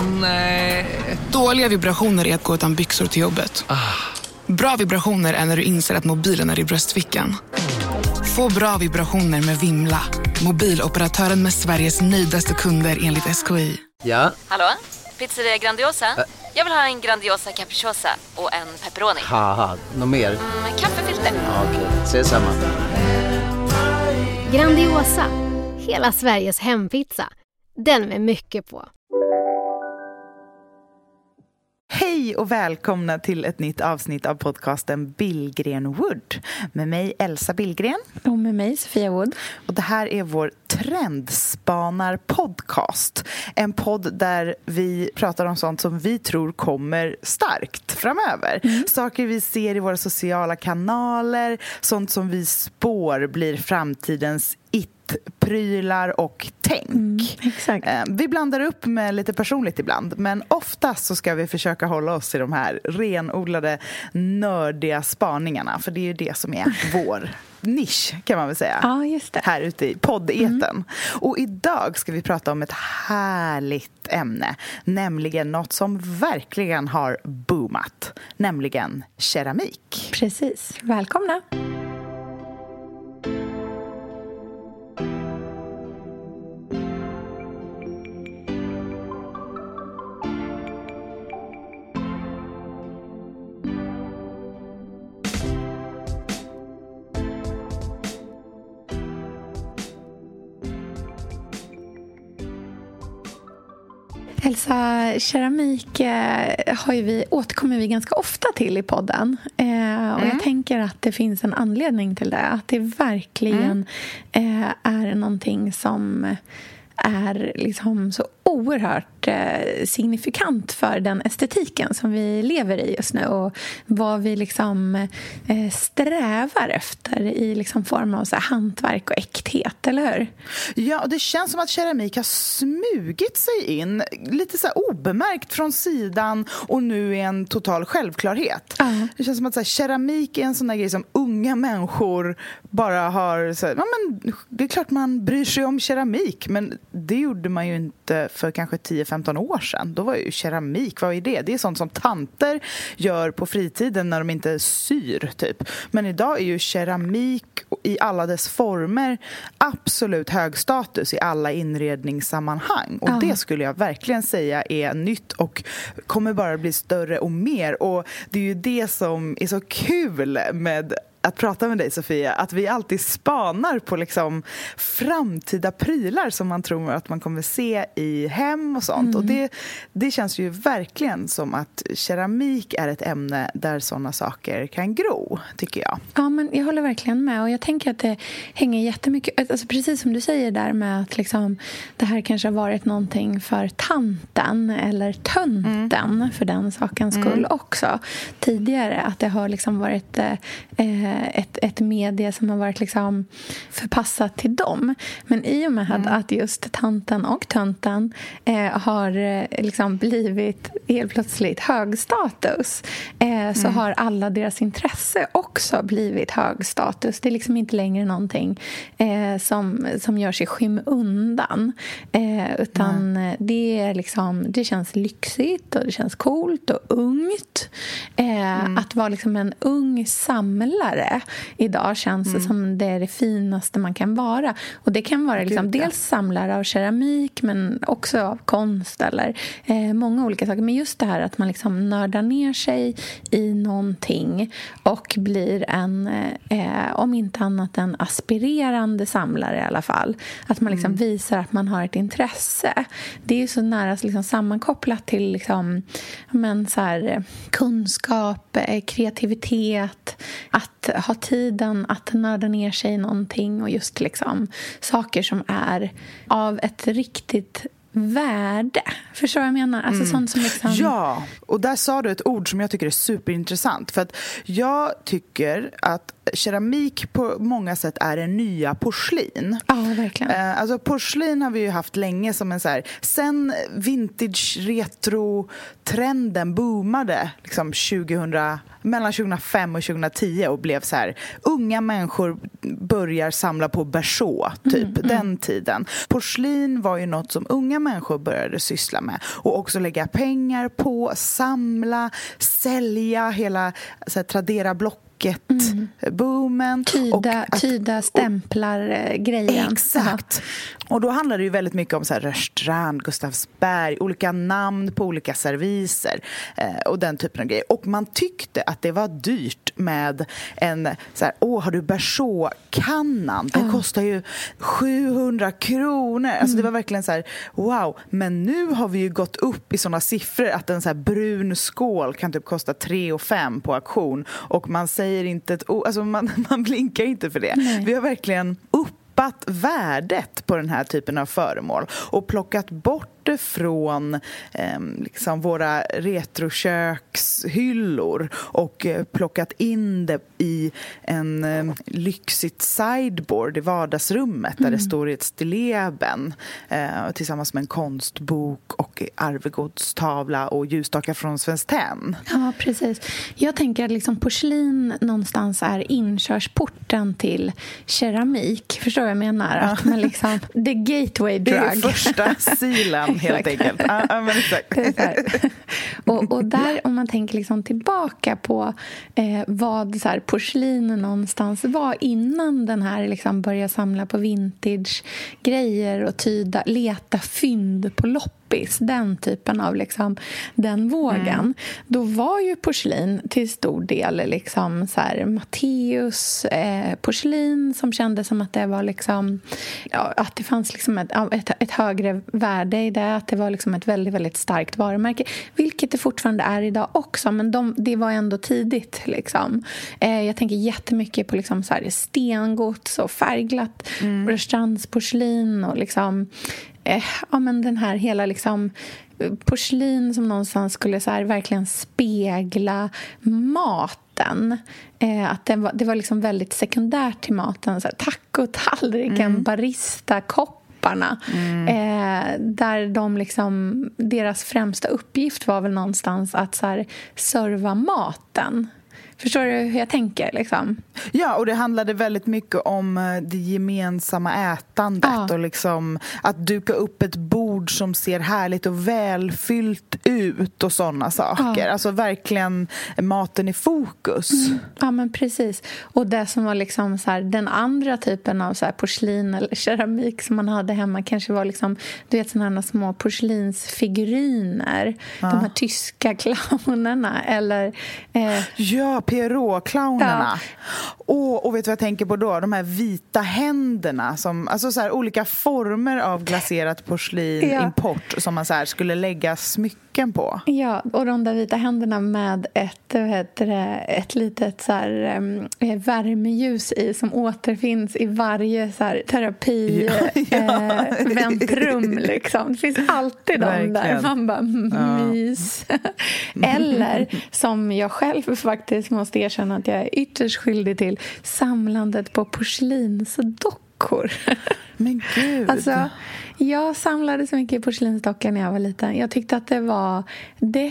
Nej. Dåliga vibrationer är att gå utan byxor till jobbet. Bra vibrationer är när du inser att mobilen är i bröstfickan. Få bra vibrationer med Vimla. Mobiloperatören med Sveriges nöjdaste kunder enligt SKI. Ja? Hallå? Pizzeria Grandiosa? Jag vill ha en Grandiosa capriciosa och en pepperoni. Haha, något mer? Kaffefilter. Ja, okej, ses samma. Grandiosa, hela Sveriges hempizza. Den med mycket på. Hej och välkomna till ett nytt avsnitt av podcasten Billgren Wood. Med mig Elsa Billgren. Och med mig Sofia Wood. Och det här är vår trendspanar-podcast. En podd där vi pratar om sånt som vi tror kommer starkt framöver. Saker vi ser i våra sociala kanaler. Sånt som vi spår blir framtidens prylar och tänk. Exakt. Vi blandar upp med lite personligt ibland, men oftast så ska vi försöka hålla oss i de här renodlade, nördiga spaningarna, för det är ju det som är vår nisch, kan man väl säga. Ja, just det. Här ute i poddeten. Och idag ska vi prata om ett härligt ämne, nämligen något som verkligen har boomat, nämligen keramik. Precis. Välkomna. Elsa, keramik återkommer vi ganska ofta till i podden. Och jag tänker att det finns en anledning till det. Att det verkligen är någonting som är liksom så oerhört signifikant för den estetiken som vi lever i just nu, och vad vi liksom strävar efter i liksom form av så här hantverk och äkthet, eller hur? Ja, och det känns som att keramik har smugit sig in lite så här obemärkt från sidan och nu är en total självklarhet. Det känns som att så här, keramik är en sån där grej som unga människor bara har så här, ja, men det är klart man bryr sig om keramik, men det gjorde man ju inte för kanske 10-15 år sedan. Då var ju keramik, vad är det? Det är sånt som tanter gör på fritiden när de inte syr, typ. Men idag är ju keramik i alla dess former absolut hög status i alla inredningssammanhang. Och det skulle jag verkligen säga är nytt och kommer bara bli större och mer. Och det är ju det som är så kul med att prata med dig, Sofia, att vi alltid spanar på liksom framtida prylar som man tror att man kommer se i hem och sånt. Och det känns ju verkligen som att keramik är ett ämne där sådana saker kan gro, tycker jag. Ja, men jag håller verkligen med, och jag tänker att det hänger jättemycket, alltså precis som du säger där med att liksom, det här kanske har varit någonting för tanten eller tönten för den sakens skull också tidigare, att det har liksom varit ett media som har varit liksom förpassat till dem. Men i och med att just tanten och tönten har liksom blivit helt plötsligt hög status, så har alla deras intresse också blivit hög status. Det är liksom inte längre någonting som gör sig skymundan, utan det är liksom, det känns lyxigt och det känns coolt och ungt. Att vara liksom en ung samlare idag känns som det är det finaste man kan vara. Och det kan vara liksom dels samlare av keramik, men också av konst eller många olika saker. Men just det här att man liksom nördar ner sig i någonting och blir en, om inte annat en aspirerande samlare i alla fall. Att man liksom visar att man har ett intresse. Det är ju så nära liksom sammankopplat till liksom, men så här, kunskap, kreativitet, att ha tiden att nörda ner sig i någonting, och just liksom saker som är av ett riktigt värde. Förstår vad jag menar? Alltså sånt som liksom... Ja, och där sa du ett ord som jag tycker är superintressant. För att jag tycker att keramik på många sätt är en nya porslin. Ja, verkligen. Alltså porslin har vi ju haft länge som en så här, sen vintage retro trenden boomade liksom mellan 2005 och 2010 och blev så här, unga människor börjar samla på Berså typ, den tiden. Porslin var ju något som unga människor började syssla med och också lägga pengar på, samla, sälja, hela så här, Tradera boomen. Tyda stämplar grejen. Exakt. Och då handlar det ju väldigt mycket om så här Rörstrand, Gustavsberg, olika namn på olika serviser och den typen av grejer. Och man tyckte att det var dyrt med en så här, har du Berså-kannan? Den kostar ju 700 kronor. Alltså det var verkligen så här, wow. Men nu har vi ju gått upp i såna siffror att en så här brun skål kan typ kosta 3 500 på auktion. Och man säger inte alltså man blinkar inte för det. Nej. Vi har verkligen uppat värdet på den här typen av föremål och plockat bort det från liksom våra retrokökshyllor och plockat in det i en lyxigt sideboard i vardagsrummet där det står i ett stilleben tillsammans med en konstbok och arvegodstavla och ljusstakar från Svenskt Tenn. Ja, precis. Jag tänker att liksom porslin någonstans är inkörsporten till keramik. Förstår vad jag menar? Att man liksom, the gateway drug. Det är första silen. Helt enkelt. Men exakt. Och där, om man tänker liksom tillbaka på vad så här, porslin någonstans var innan den här liksom började samla på vintage-grejer och leta fynd på loppis, den typen av liksom, den vågen. Då var ju porslin till stor del liksom så här Matteus porslin som kändes som att det var liksom, att det fanns liksom ett högre värde i det, att det var liksom ett väldigt, väldigt starkt varumärke, vilket det fortfarande är idag också, men det var ändå tidigt liksom. Jag tänker jättemycket på liksom så här stengods och färgglatt Rörstrands porslin och liksom men den här hela liksom porslin som någonstans skulle så här verkligen spegla maten. Att det var liksom väldigt sekundärt till maten, så här tacotallriken, barista-kopparna. Där de liksom, deras främsta uppgift var väl någonstans att så här serva maten. Förstår du hur jag tänker liksom? Ja, och det handlade väldigt mycket om det gemensamma ätandet och liksom att duka upp ett bord som ser härligt och välfyllt ut och sådana saker. Alltså verkligen maten i fokus. Ja, men precis. Och det som var liksom så här, den andra typen av så här porslin eller keramik som man hade hemma kanske var liksom, du vet, sådana här små porslinsfiguriner. De här tyska clownerna eller Pierrot-clownerna. Och vet du vad jag tänker på då? De här vita händerna som, alltså så här, olika former av glaserat porslin import som man så här skulle lägga smycken på. Ja, och de där vita händerna med ett litet så här värmeljus i som återfinns i varje så här terapi väntrum liksom. Det finns alltid de där. Man bara mys. Eller som jag själv faktiskt måste erkänna att jag är ytterst skyldig till, samlandet på porslinsdockor. Men gud. Alltså, jag samlade så mycket porslinsdockor när jag var liten. Jag tyckte att det var det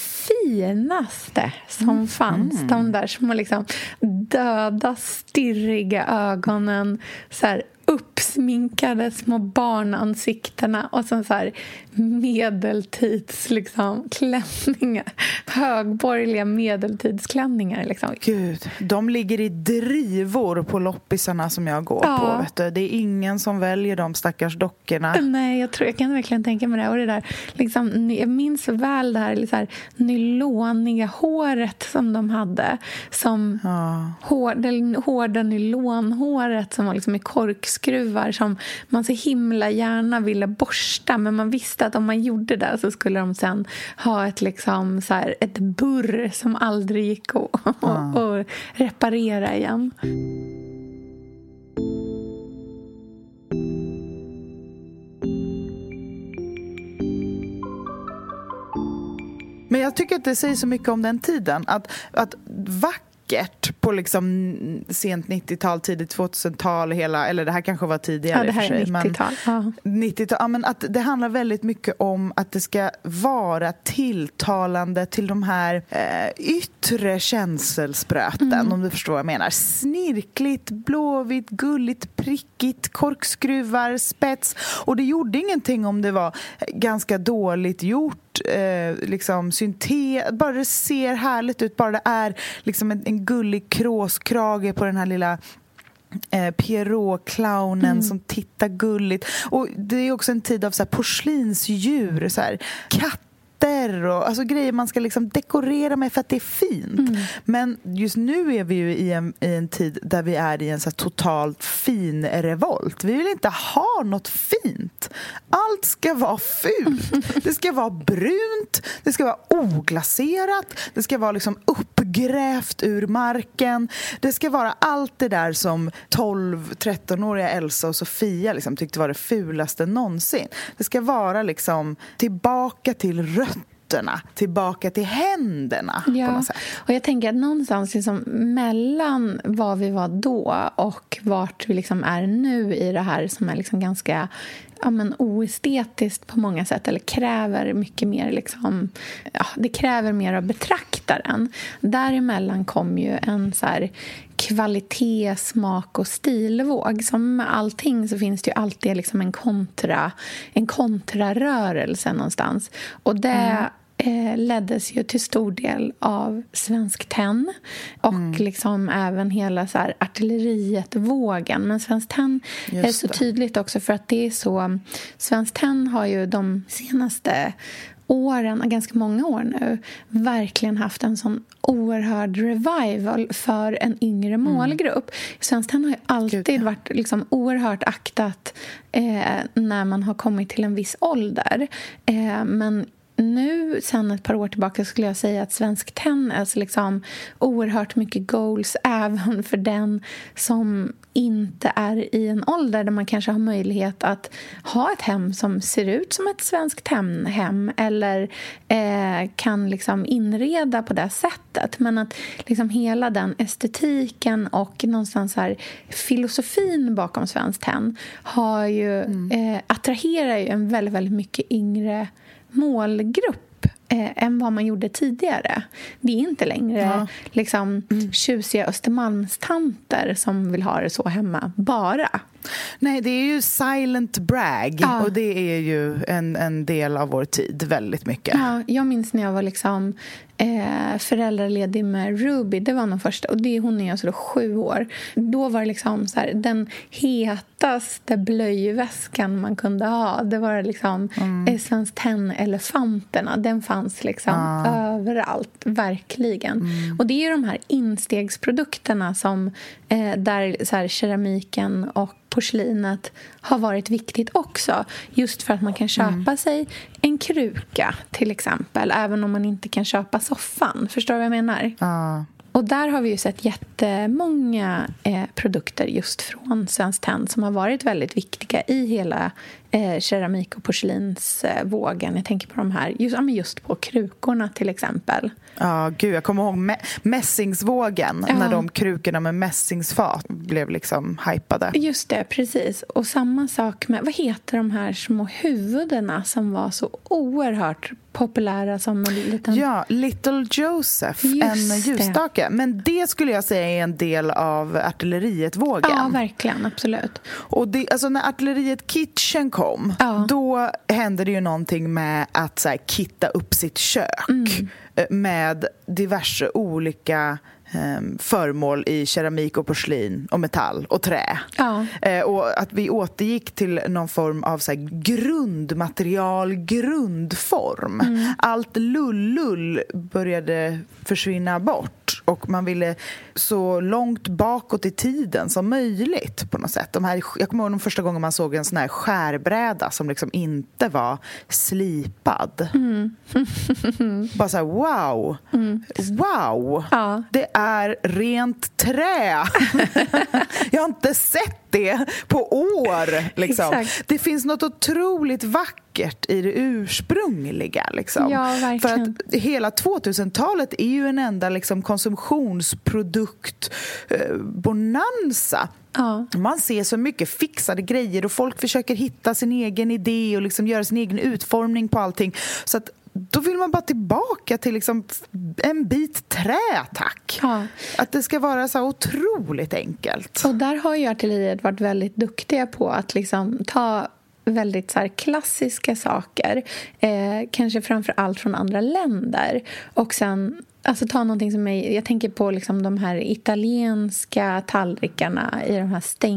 finaste som fanns. De där små liksom döda, stirriga ögonen, så här uppsminkade små barnansiktena och så här medeltids liksom klänningar, högborgerliga medeltidsklänningar liksom. Gud, de ligger i drivor på loppisarna som jag går på, vet du. Det är ingen som väljer de stackars dockorna. Nej, jag kan verkligen tänka mig det. Och det där liksom, jag minns väl det här, så här nyloniga håret som de hade, som hårda nylonhåret som var liksom i korkskruvar som man så himla gärna ville borsta, men man visste att om man gjorde det så skulle de sen ha ett liksom så här, ett burr som aldrig gick att reparera igen. Men jag tycker att det säger så mycket om den tiden att vackert på liksom sent 90-tal, tidigt 2000-tal, eller det här kanske var tidigare. Ja, det här är 90-tal. Men 90-tal, ja, men att det handlar väldigt mycket om att det ska vara tilltalande till de här yttre känselspröten, om du förstår vad jag menar. Snirkligt, blåvitt, gulligt, prickigt, korkskruvar, spets. Och det gjorde ingenting om det var ganska dåligt gjort, liksom bara det ser härligt ut, bara det är liksom en gullig kråskrage på den här lilla Pierrot-clownen som tittar gulligt. Och det är också en tid av så här porslinsdjur, så här katter och alltså grejer man ska liksom dekorera med för att det är fint. Men just nu är vi ju i en tid där vi är i en så här totalt fin revolt. Vi vill inte ha något fint. Allt ska vara fult. Det ska vara brunt, det ska vara oglaserat, det ska vara liksom uppgrävt ur marken. Det ska vara allt det där som 12-13-åriga Elsa och Sofia liksom tyckte var det fulaste någonsin. Det ska vara liksom tillbaka till rötterna, tillbaka till händerna. Ja, på något sätt. Och jag tänker att någonstans liksom mellan vad vi var då och vart vi liksom är nu i det här som är liksom ganska oestetiskt på många sätt, eller kräver mycket mer liksom, det kräver mer av betraktaren. Däremellan kom ju en så här kvalitet, smak och stilvåg. Som med allting så finns det ju alltid liksom en kontrarörelse någonstans. Och det leddes ju till stor del av Svensk Tenn och liksom även hela så här artilleriet-vågen. Men Svensk Tenn är så tydligt också för att det är så. Svensk Tenn har ju de senaste åren, ganska många år nu, verkligen haft en sån oerhörd revival för en yngre målgrupp. Svensk Tenn har ju alltid varit liksom oerhört aktat när man har kommit till en viss ålder. Men nu, sen ett par år tillbaka, skulle jag säga att Svensk Tenn är så liksom oerhört mycket goals även för den som inte är i en ålder där man kanske har möjlighet att ha ett hem som ser ut som ett Svensk Tenn-hem eller kan liksom inreda på det sättet. Men att liksom hela den estetiken och någonstans här filosofin bakom Svensk Tenn har ju attraherar ju en väldigt, väldigt mycket yngre målgrupp än vad man gjorde tidigare. Det är inte längre liksom tjusiga Östermalmstanter som vill ha det så hemma bara. Nej, det är ju silent brag och det är ju en del av vår tid väldigt mycket. Ja, jag minns när jag var liksom föräldraledig med Ruby, det var nog första, och hon är alltså då 7 år. Då var det liksom så här, den hetaste blöjväskan man kunde ha, det var liksom Svensk Tenn-elefanterna. Den fanns liksom överallt, verkligen. Och det är ju de här instegsprodukterna som där så här, keramiken och porslinet har varit viktigt också. Just för att man kan köpa sig en kruka till exempel, även om man inte kan köpa soffan. Förstår du vad jag menar? Och där har vi ju sett jättemånga produkter just från Svensk Tenn som har varit väldigt viktiga i hela keramik- och porslinsvågen. Jag tänker på de här, just på krukorna till exempel. Ja, gud, jag kommer ihåg mässingsvågen när de krukorna med mässingsfat blev liksom hypade. Just det, precis. Och samma sak med, vad heter de här små huvudena som var så oerhört populära som en liten... Ja, Little Joseph, en ljusstake. Men det skulle jag säga är en del av artilleriet-vågen. Ja, verkligen, absolut. Och alltså när artilleriet Kitchen kom, då hände det ju någonting med att så här, kitta upp sitt kök med diverse olika föremål i keramik och porslin och metall och trä. Och att vi återgick till någon form av så här grundmaterial, grundform. Allt lull började försvinna bort och man ville så långt bakåt i tiden som möjligt på något sätt. Jag kommer ihåg de första gången man såg en sån här skärbräda som liksom inte var slipad. Bara så här, wow. Wow. Det är rent trä. Jag har inte sett det på år. Liksom. Det finns något otroligt vackert i det ursprungliga. Liksom. Ja, verkligen. För att hela 2000-talet är ju en enda liksom, konsumtionsprodukt bonanza. Ja. Man ser så mycket fixade grejer och folk försöker hitta sin egen idé och liksom göra sin egen utformning på allting. Så att då vill man bara tillbaka till liksom en bit trä, tack. Ja. Att det ska vara så otroligt enkelt. Och där har ju artilleriet varit väldigt duktiga på att liksom ta väldigt så här klassiska saker, kanske framför allt från andra länder, och sen alltså ta någonting som jag tänker på liksom de här italienska tallrikarna i de här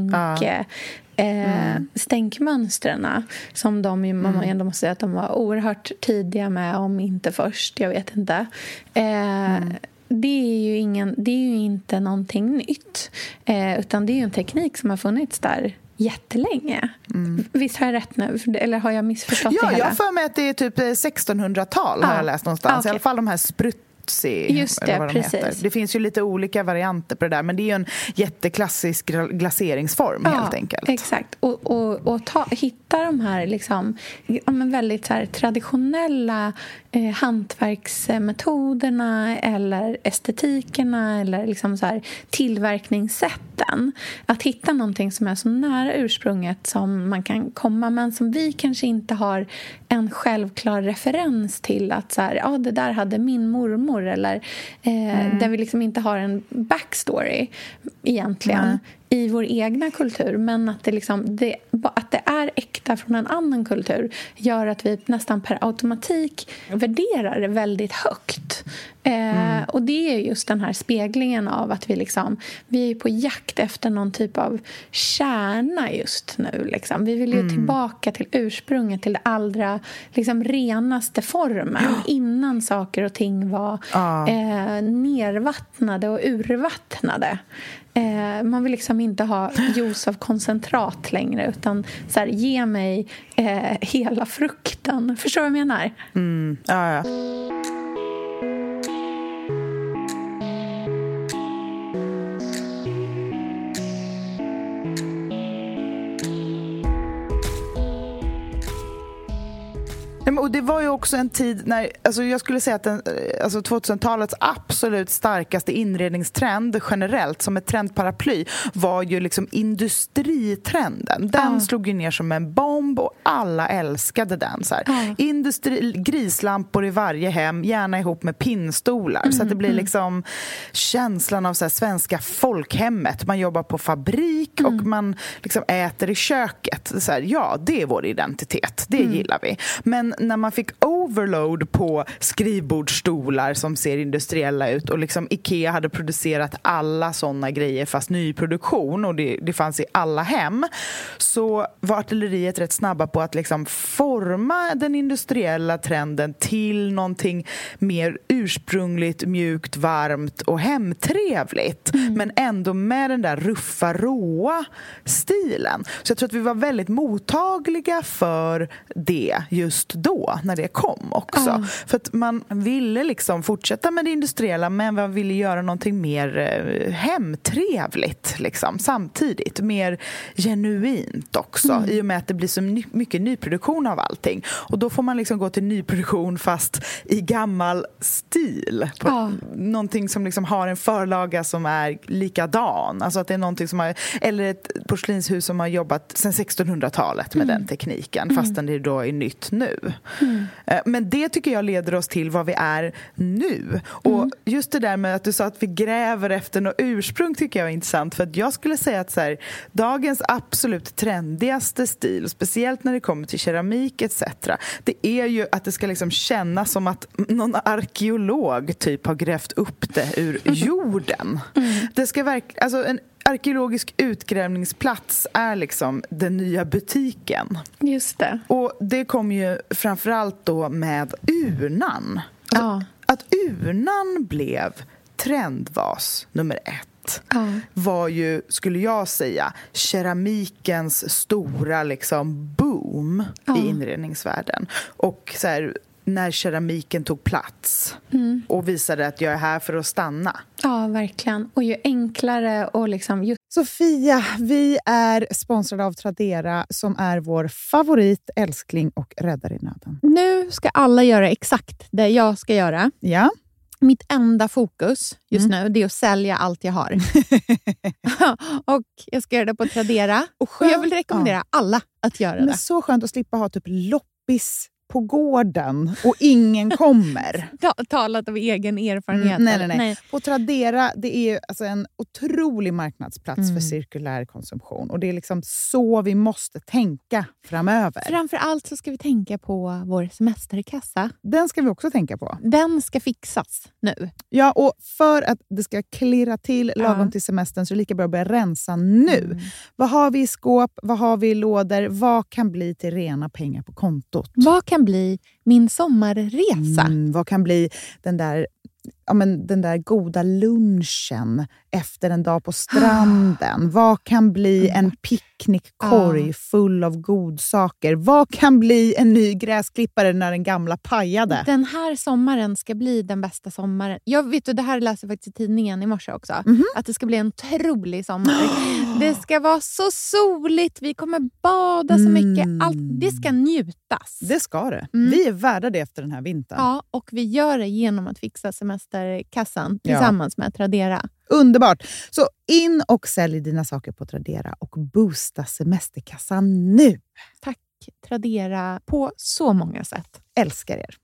stänkmönstren som man ändå måste säga att de var oerhört tidiga med, om inte först, jag vet inte. Det är ju inte någonting nytt, utan det är ju en teknik som har funnits där jättelänge. Visst har jag rätt nu? Eller har jag missförstått det hela? Jag har för mig att det är typ 1600-tal har jag läst någonstans. Okay. I alla fall de här Just det, precis. Heter. Det finns ju lite olika varianter på det där, men det är ju en jätteklassisk glaseringsform helt enkelt. Exakt. Och hitta de här liksom, väldigt så här traditionella hantverksmetoderna eller estetikerna eller liksom så här tillverkningssätten. Att hitta någonting som är så nära ursprunget som man kan komma, men som vi kanske inte har en självklar referens till, att så här, det där hade min mormor, eller där vi liksom inte har en backstory egentligen i vår egna kultur, men att att det är äkta från en annan kultur gör att vi nästan per automatik värderar det väldigt högt. Och det är just den här speglingen av att vi är på jakt efter någon typ av kärna just nu. Liksom. Vi vill ju tillbaka till ursprunget, till det allra renaste formen, innan saker och ting var nervattnade och urvattnade. Man vill inte ha juice av koncentrat längre, utan så här, ge mig hela frukten. Förstår du vad jag menar? Ja. Och det var ju också en tid när, jag skulle säga att 2000-talets absolut starkaste inredningstrend generellt som ett trendparaply var ju industritrenden. Den slog ju ner som en bomb och alla älskade den. Så här. Grislampor i varje hem, gärna ihop med pinnstolar. Så att det blir känslan av så här, svenska folkhemmet. Man jobbar på fabrik och man äter i köket. Så här, det är vår identitet. Det gillar vi. Men när man fick overload på skrivbordsstolar som ser industriella ut och IKEA hade producerat alla såna grejer fast nyproduktion och det fanns i alla hem, så var artilleriet rätt snabba på att forma den industriella trenden till någonting mer ursprungligt, mjukt, varmt och hemtrevligt, men ändå med den där ruffa, råa stilen. Så jag tror att vi var väldigt mottagliga för det just då, när det kom också. För att man ville fortsätta med det industriella, men man ville göra någonting mer hemtrevligt samtidigt. Mer genuint också, i och med att det blir så mycket nyproduktion av allting. Och då får man gå till nyproduktion fast i gammal stil. På någonting som har en förlaga som är likadan. Alltså att det är någonting som eller ett porslinshus som har jobbat sedan 1600-talet med den tekniken, fastän det då är nytt nu. Men det tycker jag leder oss till vad vi är nu. Och just det där med att du sa att vi gräver efter något ursprung tycker jag är intressant, för att jag skulle säga att så här, dagens absolut trendigaste stil, och speciellt när det kommer till keramik etc., det är ju att det ska kännas som att någon arkeolog typ har grävt upp det ur jorden. Det ska en arkeologisk utgrävningsplats är den nya butiken. Just det. Och det kom ju framförallt då med urnan. Att urnan blev trendvas nummer 1 var ju, skulle jag säga, keramikens stora boom i inredningsvärlden. Och så här, när keramiken tog plats och visade att jag är här för att stanna. Ja, verkligen. Och ju enklare och Sofia, vi är sponsrade av Tradera som är vår favorit, älskling och räddare i nöden. Nu ska alla göra exakt det jag ska göra. Ja. Mitt enda fokus just nu det är att sälja allt jag har. Och jag ska göra det på Tradera. Och jag vill rekommendera alla att göra det. Men så skönt att slippa ha typ loppis på gården och ingen kommer. Talat av egen erfarenhet. Nej. På Tradera, det är alltså en otrolig marknadsplats för cirkulär konsumtion. Och det är liksom så vi måste tänka framöver. Framför allt så ska vi tänka på vår semesterkassa. Den ska vi också tänka på. Den ska fixas nu. Ja, och för att det ska klirra till lagom till semestern så är det lika bra att börja rensa nu. Vad har vi i skåp? Vad har vi i lådor? Vad kan bli till rena pengar på kontot? Vad kan bli min sommarresa? Vad kan bli den där goda lunchen efter en dag på stranden? Vad kan bli en picknickkorg full av godsaker? Vad kan bli en ny gräsklippare när den gamla pajade? Den här sommaren ska bli den bästa sommaren. Jag vet, och det här läser jag faktiskt i tidningen i morse också. Att det ska bli en otrolig sommar. Det ska vara så soligt. Vi kommer bada så mycket. Allt, det ska njutas. Det ska det. Vi är värda det efter den här vintern. Ja, och vi gör det genom att fixa semesterkassan tillsammans med Tradera. Underbart! Så in och sälj dina saker på Tradera och boosta semesterkassan nu. Tack Tradera på så många sätt. Älskar er.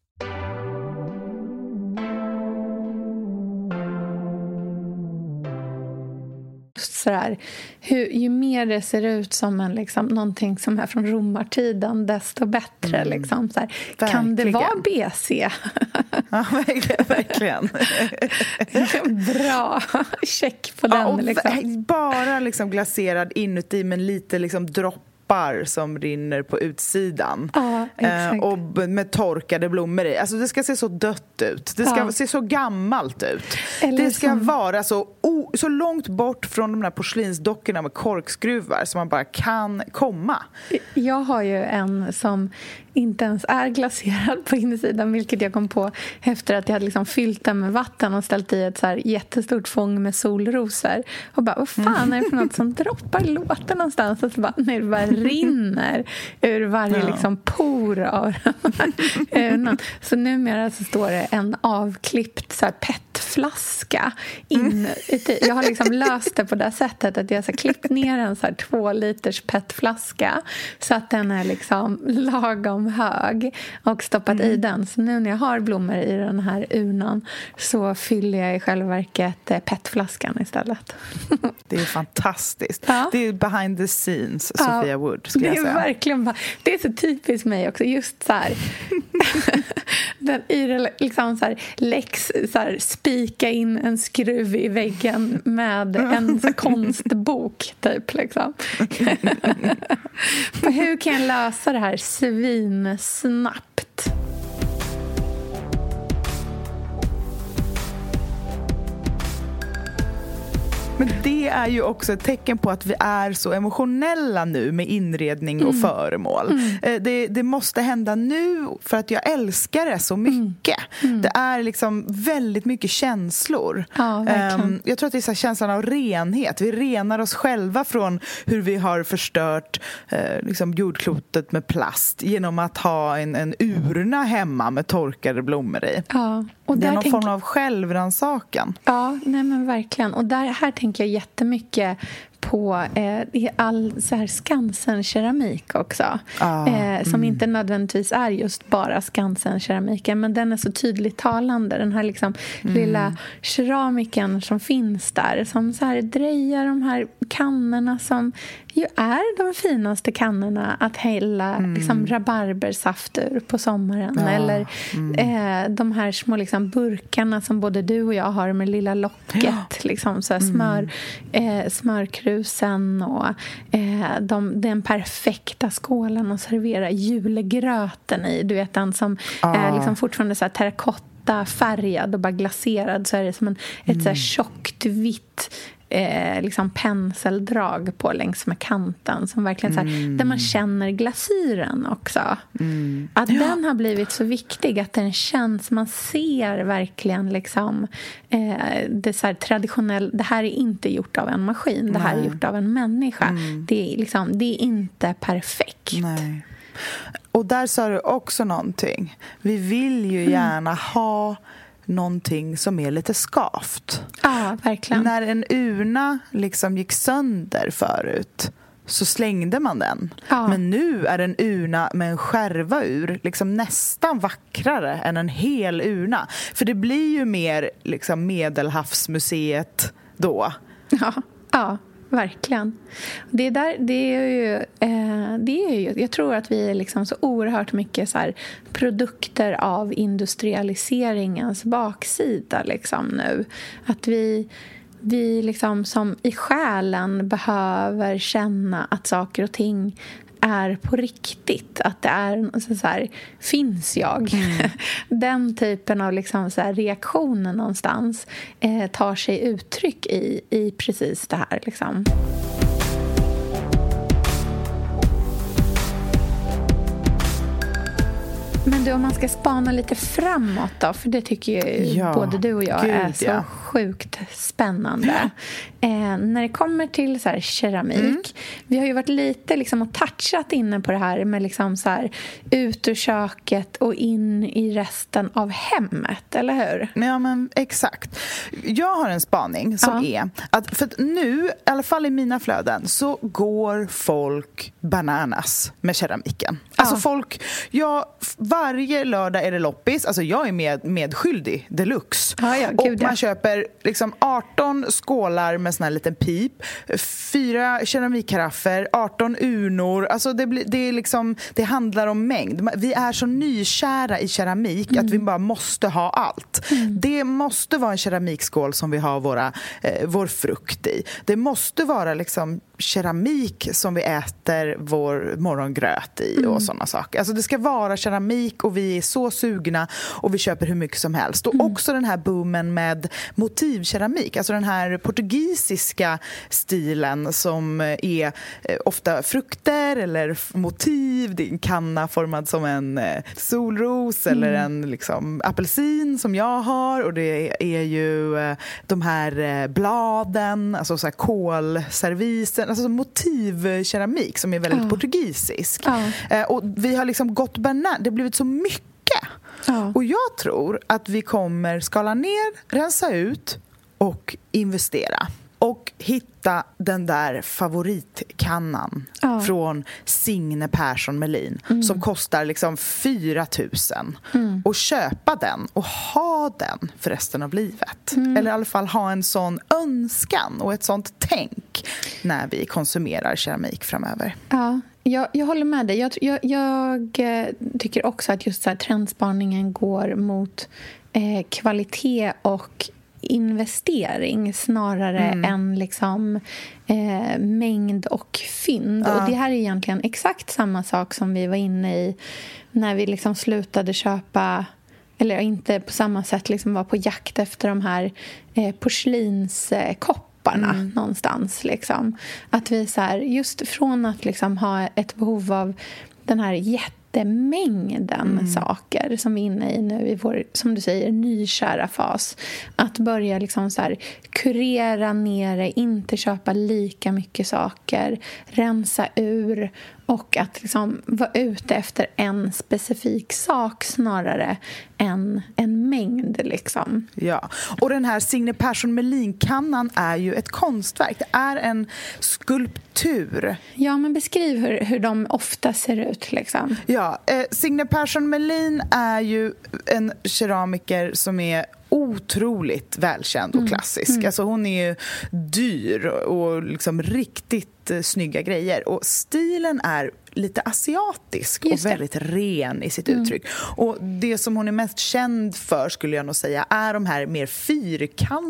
Sådär, ju mer det ser ut som en, liksom, någonting som är från romartiden, desto bättre. Liksom, såhär. Kan det vara BC? Ja, verkligen. Bra, check på den. Liksom. Bara liksom glaserad inuti, men lite liksom droppar som rinner på utsidan. Ja, exakt. Och med torkade blommor i. Alltså det ska se så dött ut. Det ska se så gammalt ut. Eller det ska vara så långt bort från de där porslinsdockorna med korkskruvar som man bara kan komma. Jag har ju en som inte ens är glaserad på insidan, vilket jag kom på efter att jag hade liksom fyllt den med vatten och ställt i ett så här jättestort fång med solrosor. Och bara, vad fan är det för något som droppar låten någonstans? Och så bara, nej, det bara rinner ur varje liksom por av ögonen. Så numera så står det en avklippt så här petflaska inuti. Jag har liksom löst det på det sättet att jag har klippt ner en så här 2 liters petflaska så att den är liksom lagom hög och stoppat i den. Så nu när jag har blommor i den här urnan så fyller jag i själva verket petflaskan istället. Det är fantastiskt. Ja. Det är behind the scenes, Sofia Wood, skulle jag säga. Det är verkligen det är så typiskt mig också. Just så här den liksom så här så här, spika in en skruv i väggen med en så konstbok typ liksom. Hur kan jag lösa det här svinsnabbt? Men det är ju också ett tecken på att vi är så emotionella nu med inredning och föremål. Det måste hända nu för att jag älskar det så mycket. Det är liksom väldigt mycket känslor. Ja, jag tror att det är så här känslan av renhet. Vi renar oss själva från hur vi har förstört liksom jordklotet med plast genom att ha en urna hemma med torkade blommor i. Ja. Och det är någon form av självrannsakan. Ja, nej men verkligen. Och här tänker jag jättemycket på all så här Skansen-keramik också. Som inte nödvändigtvis är just bara Skansen-keramiken, men den är så tydligt talande. Den här liksom lilla keramiken som finns där, som så här drejar de här kannorna som ju är de finaste kannorna att hälla liksom rabarbersaft ur på sommaren. Eller de här små liksom burkarna som både du och jag har med lilla locket, liksom så här smörkrusen och den perfekta skålen att servera julgröten i. Du vet, den som är liksom fortfarande så här terrakotta färgad och bara glaserad, så är det som ett så här tjockt vitt liksom penseldrag på längs med kanten som verkligen så här, där man känner glasyren också. Att den har blivit så viktig, att den känns, man ser verkligen liksom det så här traditionell, det här är inte gjort av en maskin, det här är gjort av en människa. Det är liksom, det är inte perfekt. Nej. Och där sa du också någonting. Vi vill ju gärna ha någonting som är lite skavt. Ja, verkligen. När en urna liksom gick sönder förut så slängde man den. Ja. Men nu är en urna med en skärva ur liksom nästan vackrare än en hel urna. För det blir ju mer liksom Medelhavsmuseet då. Ja, verkligen. Det är ju, jag tror att vi är liksom så oerhört mycket så här produkter av industrialiseringens baksida liksom nu. Att vi liksom som i själen behöver känna att saker och ting är på riktigt, att det är så här, finns jag? Den typen av liksom så här reaktioner någonstans tar sig uttryck i precis det här liksom. Men du, om man ska spana lite framåt då, för det tycker ju både du och jag är så sjukt spännande. När det kommer till så här keramik, vi har ju varit lite liksom och touchat inne på det här med liksom så här ut ur köket och in i resten av hemmet, eller hur? Ja, men exakt. Jag har en spaning som är att, för att nu, i alla fall i mina flöden, så går folk bananas med keramiken. Alltså folk, varje lördag är det loppis. Alltså jag är medskyldig deluxe. Och man köper liksom 18 skålar med sån här liten pip, 4 keramikkaraffer, 18 urnor. Alltså det är liksom, det handlar om mängd. Vi är så nykära i keramik att vi bara måste ha allt. Det måste vara en keramikskål som vi har vår frukt i. Det måste vara liksom keramik som vi äter vår morgongröt i och sådana saker. Alltså det ska vara keramik och vi är så sugna och vi köper hur mycket som helst. Och också den här boomen med motivkeramik, alltså den här portugisiska stilen som är ofta frukter eller motiv. Det är en kanna formad som en solros eller en liksom apelsin som jag har, och det är ju de här bladen, alltså så här kolservisen, alltså motivkeramik som är väldigt portugisisk. Och vi har liksom gått det har blivit så mycket. Och jag tror att vi kommer skala ner, rensa ut och investera. Och hitta den där favoritkannan från Signe Persson Melin som kostar liksom 4 000. Och köpa den och ha den för resten av livet. Eller i alla fall ha en sån önskan och ett sånt tänk när vi konsumerar keramik framöver. Ja. Jag håller med dig. Jag tycker också att just så här, trendspaningen går mot kvalitet och investering snarare än liksom mängd och fynd. Och det här är egentligen exakt samma sak som vi var inne i när vi liksom slutade köpa, eller inte på samma sätt liksom var på jakt efter de här porslinskopparna någonstans liksom. Att vi så här, just från att liksom ha ett behov av den här jättemängden saker som vi är inne i nu i vår, som du säger, nykära fas. Att börja liksom så här kurera ner det, inte köpa lika mycket saker, rensa ur och att liksom vara ute efter en specifik sak snarare än en mängd liksom. Ja, och den här Signe Persson Melin-kannan är ju ett konstverk. Det är en skulptur. Ja, men beskriv hur de ofta ser ut liksom. Ja, Signe Persson Melin är ju en keramiker som är otroligt välkänd och klassisk. Alltså hon är ju dyr och liksom riktigt snygga grejer. Och stilen är lite asiatisk och väldigt ren i sitt uttryck. Och det som hon är mest känd för, skulle jag nog säga, är de här mer fyrkantiga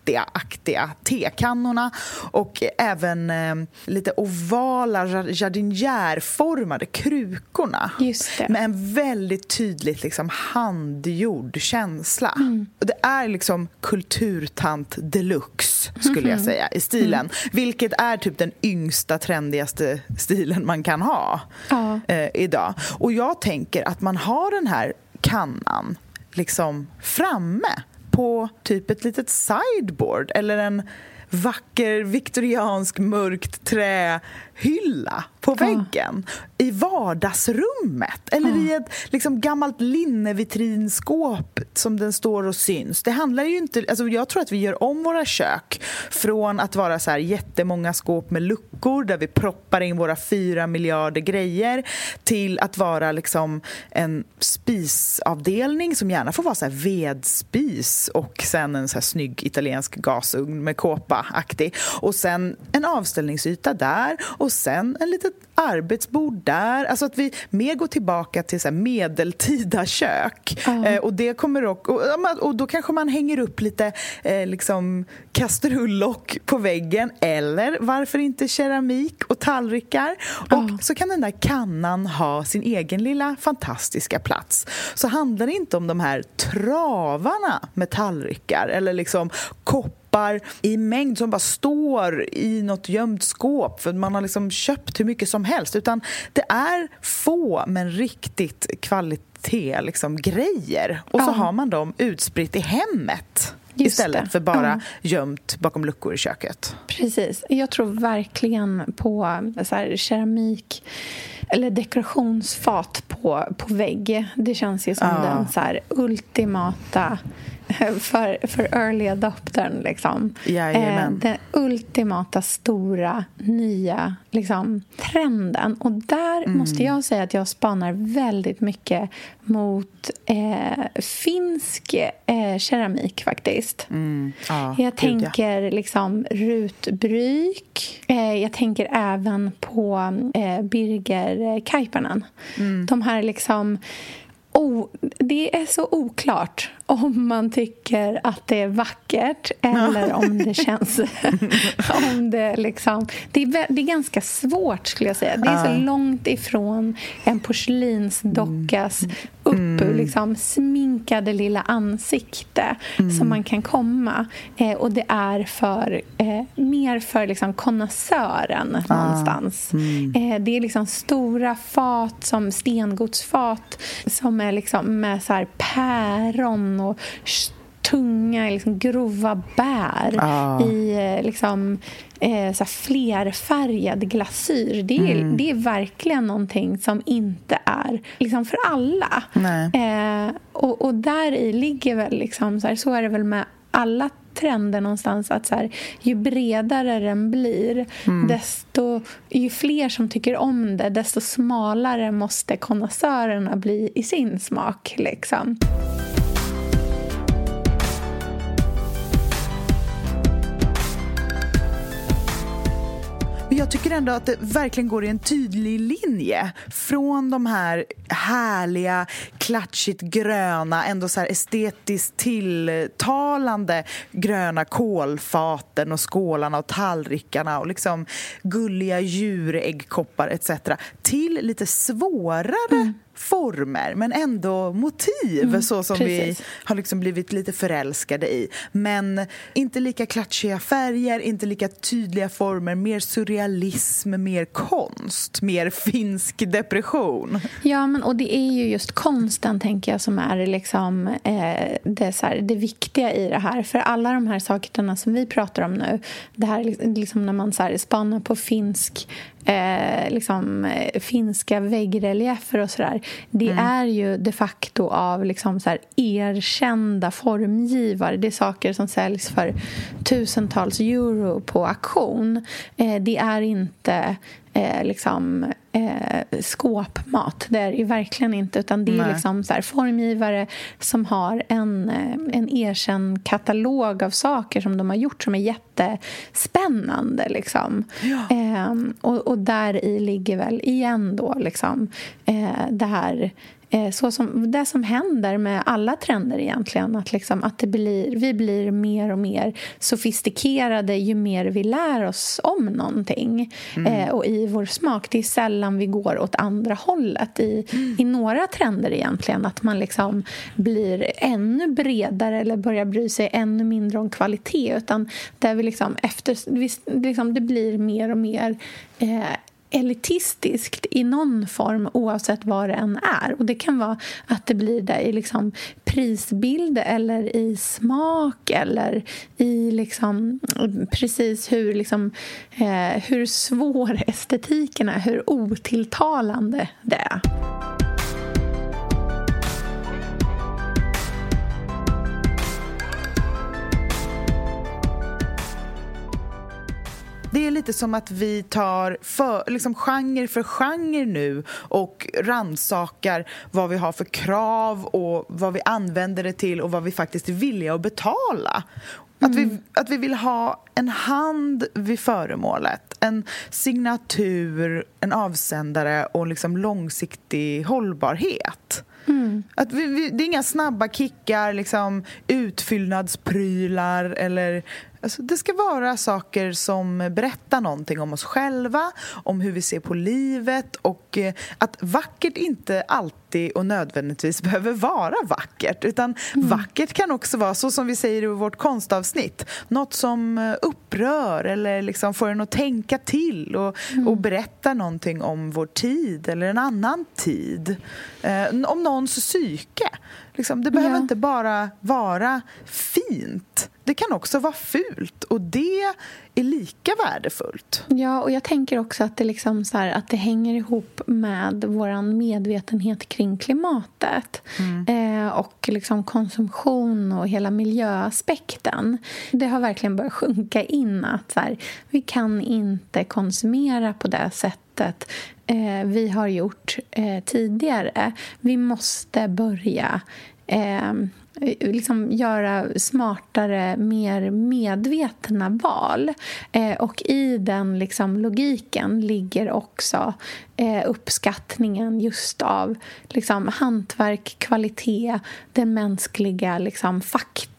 Attia-aktiga tekannorna och även lite ovala jardinjärformade krukorna. Just det. Med en väldigt tydligt liksom handgjord känsla. Och det är liksom kulturtant deluxe skulle jag säga i stilen. Vilket är typ den yngsta, trendigaste stilen man kan ha idag. Och jag tänker att man har den här kannan liksom framme på typ ett litet sideboard eller en vacker viktoriansk mörkt trähylla på väggen i vardagsrummet eller i ett liksom gammalt linnevitrinskåp som den står och syns. Det handlar ju inte, alltså jag tror att vi gör om våra kök från att vara så här jättemånga skåp med luckor där vi proppar in våra 4 miljarder grejer till att vara liksom en spisavdelning som gärna får vara så här vedspis och sen en så här snygg italiensk gasugn med kåpa-aktig och sen en avställningsyta där och sen en litet arbetsbord där. Alltså att vi mer går tillbaka till så här medeltida kök. Och det kommer och då kanske man hänger upp lite liksom kastrullock på väggen eller varför inte keramik och tallrikar. Och så kan den där kannan ha sin egen lilla fantastiska plats. Så handlar det inte om de här travarna med tallrikar eller liksom koppar i mängd som bara står i något gömt skåp för man har liksom köpt hur mycket som helst, utan det är få men riktigt kvalitet liksom grejer och så har man dem utspritt i hemmet. Just istället för bara gömt bakom luckor i köket. Precis. Jag tror verkligen på så här, keramik eller dekorationsfat på vägg. Det känns ju som den så här, ultimata för early adoptern liksom. Den ultimata stora nya liksom, trenden. Och där måste jag säga att jag spanar väldigt mycket mot finsk keramik faktiskt. Jag tänker liksom rutbryk. Jag tänker även på Birger Kaipanen. De här liksom det är så oklart om man tycker att det är vackert eller om det känns om det liksom det är ganska svårt skulle jag säga. Det är så långt ifrån en porslinsdockas liksom sminkade lilla ansikte som man kan komma och det är för mer för liksom konnässören någonstans. Det är liksom stora fat som stengodsfat som är liksom med så här päron och tunga liksom grova bär i liksom så här flerfärgad glasyr. Det är verkligen någonting som inte är liksom för alla. Och där i ligger väl liksom så är det väl med alla trender någonstans att så här, ju bredare den blir desto ju fler som tycker om det desto smalare måste konnässörerna bli i sin smak liksom. Jag tycker ändå att det verkligen går i en tydlig linje från de här härliga, klatschigt gröna, ändå så här estetiskt tilltalande gröna kolfaten och skålarna och tallrikarna och liksom gulliga djuräggkoppar etc. till lite svårare former men ändå motiv så som vi har liksom blivit lite förälskade i, men inte lika klatschiga färger, inte lika tydliga former, mer surrealism, mer konst, mer finsk depression. Ja, men och det är ju just konsten tänker jag som är liksom det viktiga i det här, för alla de här sakerna som vi pratar om nu, det här liksom när man så här spanar på finska väggreliefer och sådär. Det är ju de facto av liksom så här erkända formgivare. Det är saker som säljs för tusentals euro på auktion. Det är inte skåpmat. Det är ju verkligen inte, utan det är liksom så här formgivare som har en erkänd katalog av saker som de har gjort som är jättespännande liksom. Och där i ligger väl igen då liksom det här så som det som händer med alla trender egentligen, att liksom att vi blir mer och mer sofistikerade ju mer vi lär oss om någonting och i vår smak. Det är sällan vi går åt andra hållet i några trender egentligen, att man liksom blir ännu bredare eller börjar bry sig ännu mindre om kvalitet, utan där vi liksom det blir mer och mer elitistiskt i någon form oavsett vad det än är. Och det kan vara att det blir där i liksom prisbild eller i smak eller i liksom precis hur liksom hur svår estetiken är, hur otilltalande det är. Det är lite som att vi tar liksom genre för genre nu och rannsakar vad vi har för krav och vad vi använder det till och vad vi faktiskt är villiga att betala. Att vi vill ha en hand vid föremålet, en signatur, en avsändare och liksom långsiktig hållbarhet. Att det är inga snabba kickar, liksom utfyllnadsprylar eller... Alltså, det ska vara saker som berättar någonting om oss själva, om hur vi ser på livet, och att vackert inte alltid och nödvändigtvis behöver vara vackert, utan vackert kan också vara, så som vi säger i vårt konstavsnitt, något som upprör eller liksom får en att tänka till och berätta någonting om vår tid eller en annan tid, om någons psyke. Liksom, det behöver inte bara vara fint. Det kan också vara fult, och det är lika värdefullt. Ja, och jag tänker också att det liksom så här, att det hänger ihop med våran medvetenhet kring klimatet och liksom konsumtion och hela miljöaspekten. Det har verkligen börjat sjunka in att så här, vi kan inte konsumera på det sättet vi har gjort tidigare. Vi måste börja liksom göra smartare, mer medvetna val. Och i den liksom logiken ligger också uppskattningen just av liksom hantverk, kvalitet, den mänskliga liksom faktorn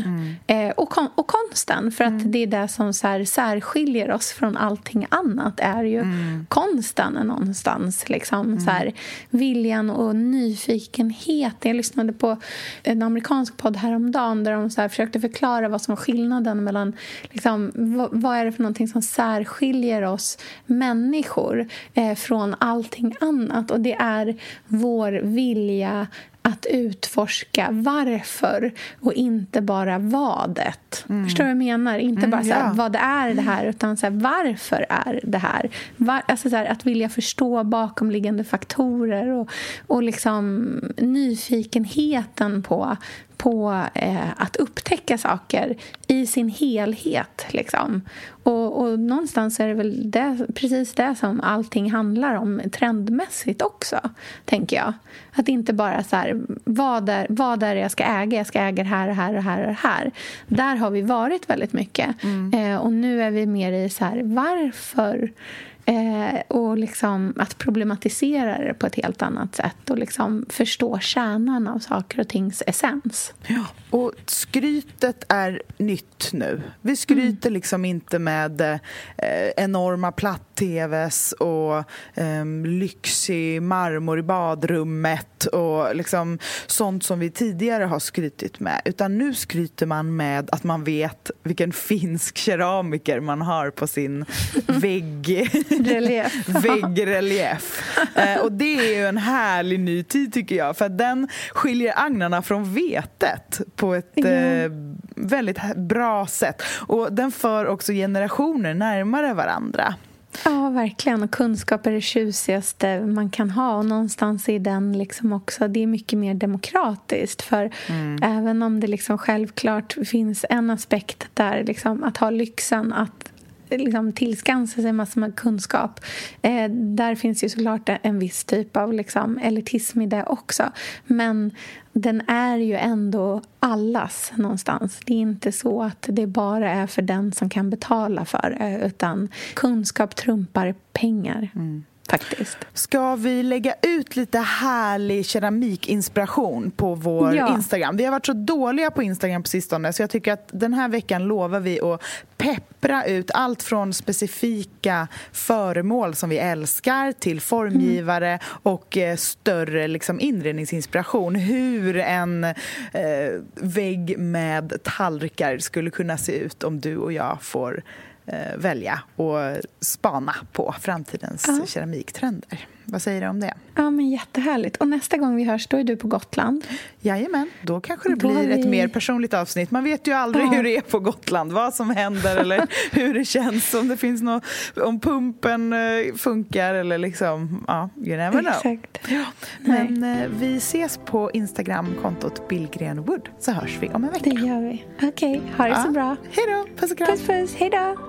och konsten, för att det är det som så här särskiljer oss från allting annat, är ju konsten någonstans liksom, så här, viljan och nyfikenhet. Jag lyssnade på en amerikansk podd häromdagen där de så här försökte förklara vad som var skillnaden mellan liksom, vad är det för någonting som särskiljer oss människor från allting annat, och det är vår vilja att utforska varför och inte bara vadet. Förstår du vad jag menar? Inte bara så här, vad är det här, utan så här, varför är det här? Alltså så här, att vilja förstå bakomliggande faktorer och liksom nyfikenheten på att upptäcka saker i sin helhet liksom. Och någonstans är det väl precis det som allting handlar om trendmässigt också, tänker jag. Att inte bara så här, vad är det jag ska äga? Jag ska äga det här och här och här och här. Där har vi varit väldigt mycket. Och nu är vi mer i så här, varför? Och liksom att problematisera det på ett helt annat sätt och liksom förstå kärnan av saker och tings essens. Ja, och skrytet är nytt nu. Vi skryter liksom inte med enorma platt-tvs och lyxig marmor i badrummet och liksom sånt som vi tidigare har skrytit med, utan nu skryter man med att man vet vilken finsk keramiker man har på sin väggrelief. Och det är ju en härlig ny tid, tycker jag, för att den skiljer agnarna från vetet på ett väldigt bra sätt, och den för också generationer närmare varandra. Ja, verkligen. Och kunskap är det tjusigaste man kan ha. Och någonstans i den liksom också, det är mycket mer demokratiskt. För även om det liksom självklart finns en aspekt där liksom, att ha lyxen att liksom tillskansa sig massor med kunskap. Där finns ju såklart en viss typ av liksom elitism i det också. Men den är ju ändå allas någonstans. Det är inte så att det bara är för den som kan betala för det, utan kunskap trumpar pengar. faktiskt. Ska vi lägga ut lite härlig keramikinspiration på vår Instagram? Vi har varit så dåliga på Instagram på sistone, så jag tycker att den här veckan lovar vi att peppra ut allt från specifika föremål som vi älskar till formgivare och större liksom inredningsinspiration. Hur en vägg med tallrikar skulle kunna se ut om du och jag får välja och spana på framtidens keramiktrender. Vad säger du om det? Ja, men jättehärligt. Och nästa gång vi hörs, då är du på Gotland. Jajamän, då kanske det blir ett mer personligt avsnitt. Man vet ju aldrig hur det är på Gotland, vad som händer eller hur det känns, om det finns något, om pumpen funkar eller liksom, you never know. Exakt. Ja, men vi ses på Instagram-kontot Billgren Wood, så hörs vi om en vecka. Det gör vi. Okej, ha det så bra. Hej då, puss och kram. Puss, puss, hej då.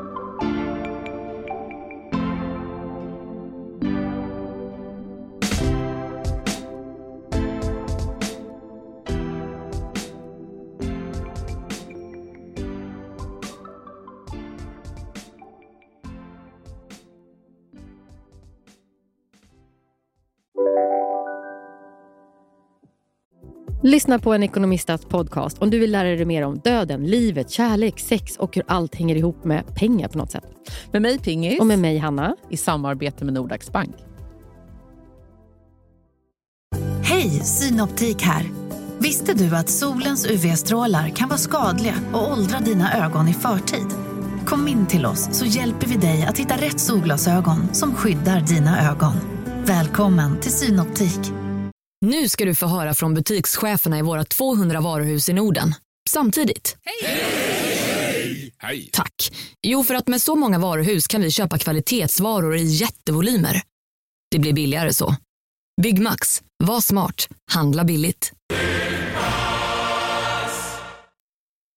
Lyssna på en ekonomistats podcast om du vill lära dig mer om döden, livet, kärlek, sex och hur allt hänger ihop med pengar på något sätt. Med mig Pingis. Och med mig Hanna. I samarbete med Nordax Bank. Hej, Synoptik här. Visste du att solens UV-strålar kan vara skadliga och åldra dina ögon i förtid? Kom in till oss så hjälper vi dig att hitta rätt solglasögon som skyddar dina ögon. Välkommen till Synoptik. Nu ska du få höra från butikscheferna i våra 200 varuhus i Norden. Samtidigt. Hej! Hej! Tack. Jo, för att med så många varuhus kan vi köpa kvalitetsvaror i jättevolymer. Det blir billigare så. Byggmax. Var smart. Handla billigt.